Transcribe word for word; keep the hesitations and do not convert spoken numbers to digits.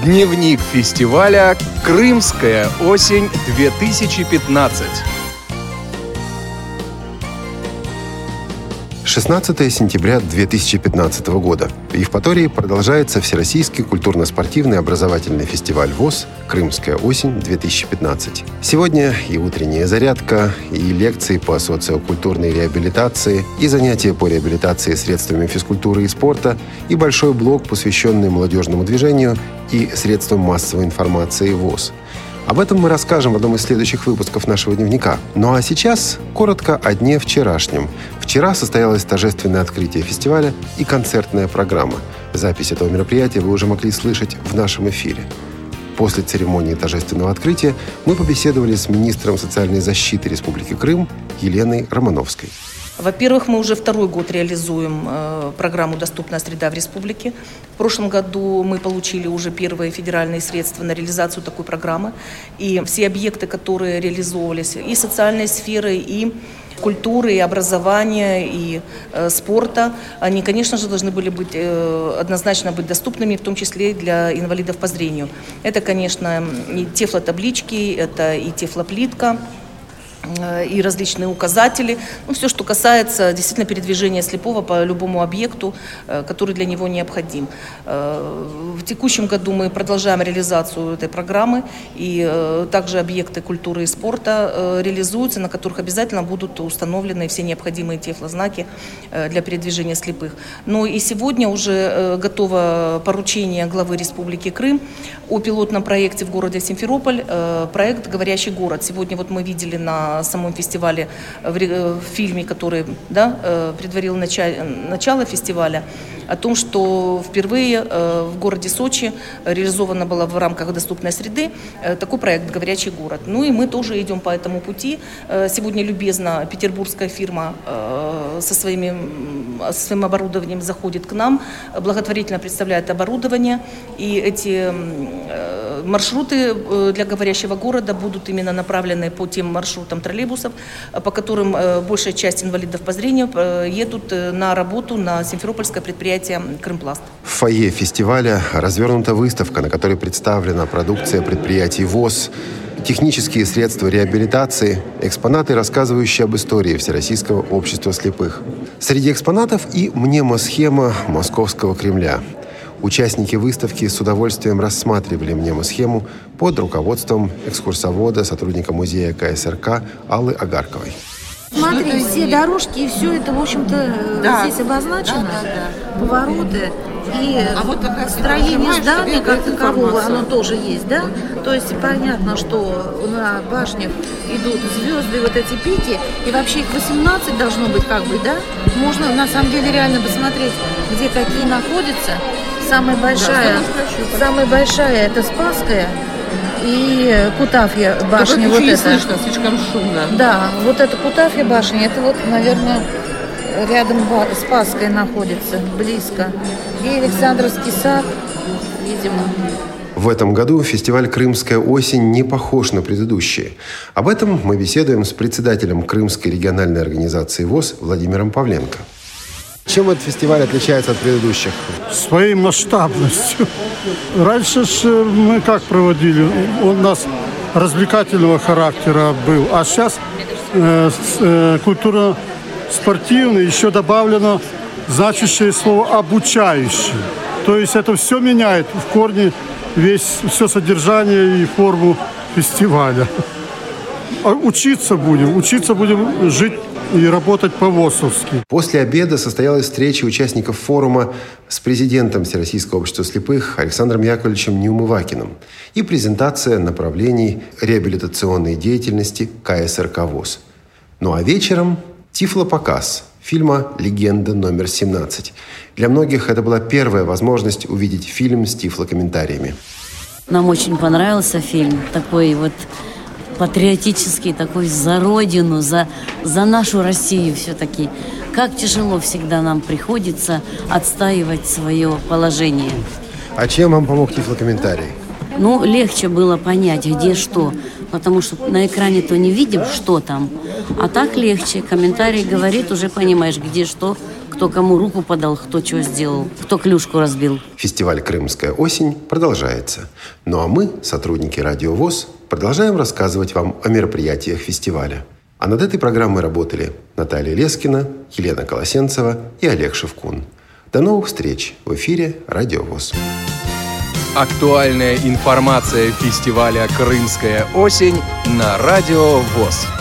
Дневник фестиваля «Крымская осень-две тысячи пятнадцать». шестнадцатое сентября две тысячи пятнадцатого года. В Евпатории продолжается Всероссийский культурно-спортивный образовательный фестиваль ВОС «Крымская осень-две тысячи пятнадцать». Сегодня и утренняя зарядка, и лекции по социокультурной реабилитации, и занятия по реабилитации средствами физкультуры и спорта, и большой блок, посвященный молодежному движению и средствам массовой информации ВОС. Об этом мы расскажем в одном из следующих выпусков нашего дневника. Ну а сейчас коротко о дне вчерашнем. Вчера состоялось торжественное открытие фестиваля и концертная программа. Запись этого мероприятия вы уже могли слышать в нашем эфире. После церемонии торжественного открытия мы побеседовали с министром социальной защиты Республики Крым Еленой Романовской. Во-первых, мы уже второй год реализуем э, программу «Доступная среда» в республике. В прошлом году мы получили уже первые федеральные средства на реализацию такой программы. И все объекты, которые реализовывались, и социальной сферы, и культуры, и образования, и э, спорта, они, конечно же, должны были быть э, однозначно быть доступными, в том числе и для инвалидов по зрению. Это, конечно, и тефлотаблички, это и тефлоплитка, и различные указатели, ну, все, что касается действительно передвижения слепого по любому объекту, который для него необходим. В текущем году мы продолжаем реализацию этой программы, и также объекты культуры и спорта реализуются, на которых обязательно будут установлены все необходимые тефлознаки для передвижения слепых. Но и сегодня уже готово поручение главы Республики Крым о пилотном проекте в городе Симферополь, проект «Говорящий город». Сегодня вот мы видели на на самом фестивале, в, в фильме, который да, предварил начало, начало фестиваля, о том, что впервые в городе Сочи реализовано было в рамках доступной среды такой проект «Говорящий город». Ну и мы тоже идем по этому пути. Сегодня любезно петербургская фирма со, своими, со своим оборудованием заходит к нам, благотворительно представляет оборудование, и эти маршруты для «Говорящего города» будут именно направлены по тем маршрутам троллейбусов, по которым большая часть инвалидов по зрению едут на работу на симферопольское предприятие «Крымпласт». В фойе фестиваля развернута выставка, на которой представлена продукция предприятий ВОС, технические средства реабилитации, экспонаты, рассказывающие об истории Всероссийского общества слепых. Среди экспонатов и мнемосхема Московского Кремля. Участники выставки с удовольствием рассматривали мнемосхему под руководством экскурсовода, сотрудника музея ка эс эр ка Аллы Агарковой. Смотри, все дорожки и все это, в общем-то, да. Здесь обозначено, да, да, да. Повороты. И а вот строение здания как такового, оно тоже есть, да? То есть понятно, что на башнях идут звезды, вот эти пики, и вообще их восемнадцать должно быть, как бы, да? Можно на самом деле реально посмотреть, где какие находятся. Самая большая, да, самая большая это Спасская и Кутафья башня. Вот это. Слышно, слишком шумно. Да, вот это Кутафья башня, это вот, наверное, рядом Спасская находится, близко. И Александровский сад, видимо. В этом году фестиваль «Крымская осень» не похож на предыдущие. Об этом мы беседуем с председателем Крымской региональной организации ВОС Владимиром Павленко. Чем этот фестиваль отличается от предыдущих? Своей масштабностью. Раньше же мы как проводили? Он у нас развлекательного характера был, а сейчас э, э, культурно-спортивный, еще добавлено значащее слово «обучающий». То есть это все меняет в корне весь, все содержание и форму фестиваля. Учиться будем, учиться будем жить и работать по-восовски. После обеда состоялась встреча участников форума с президентом Всероссийского общества слепых Александром Яковлевичем Неумывакиным и презентация направлений реабилитационной деятельности ка эс эр ка ВОС. Ну а вечером тифлопоказ фильма «Легенда номер семнадцать». Для многих это была первая возможность увидеть фильм с тифлокомментариями. Нам очень понравился фильм, такой вот патриотический, такой за родину, за, за нашу Россию все-таки. Как тяжело всегда нам приходится отстаивать свое положение. А чем вам помог тифлокомментарий? Ну, легче было понять, где что, потому что на экране то не видим, что там, а так легче. Комментарий говорит, уже понимаешь, где что кто кому руку подал, кто что сделал, кто клюшку разбил. Фестиваль «Крымская осень» продолжается. Ну а мы, сотрудники Радио ВОС, продолжаем рассказывать вам о мероприятиях фестиваля. А над этой программой работали Наталья Лескина, Елена Колосенцева и Олег Шевкун. До новых встреч в эфире Радио ВОС. Актуальная информация фестиваля «Крымская осень» на Радио ВОС.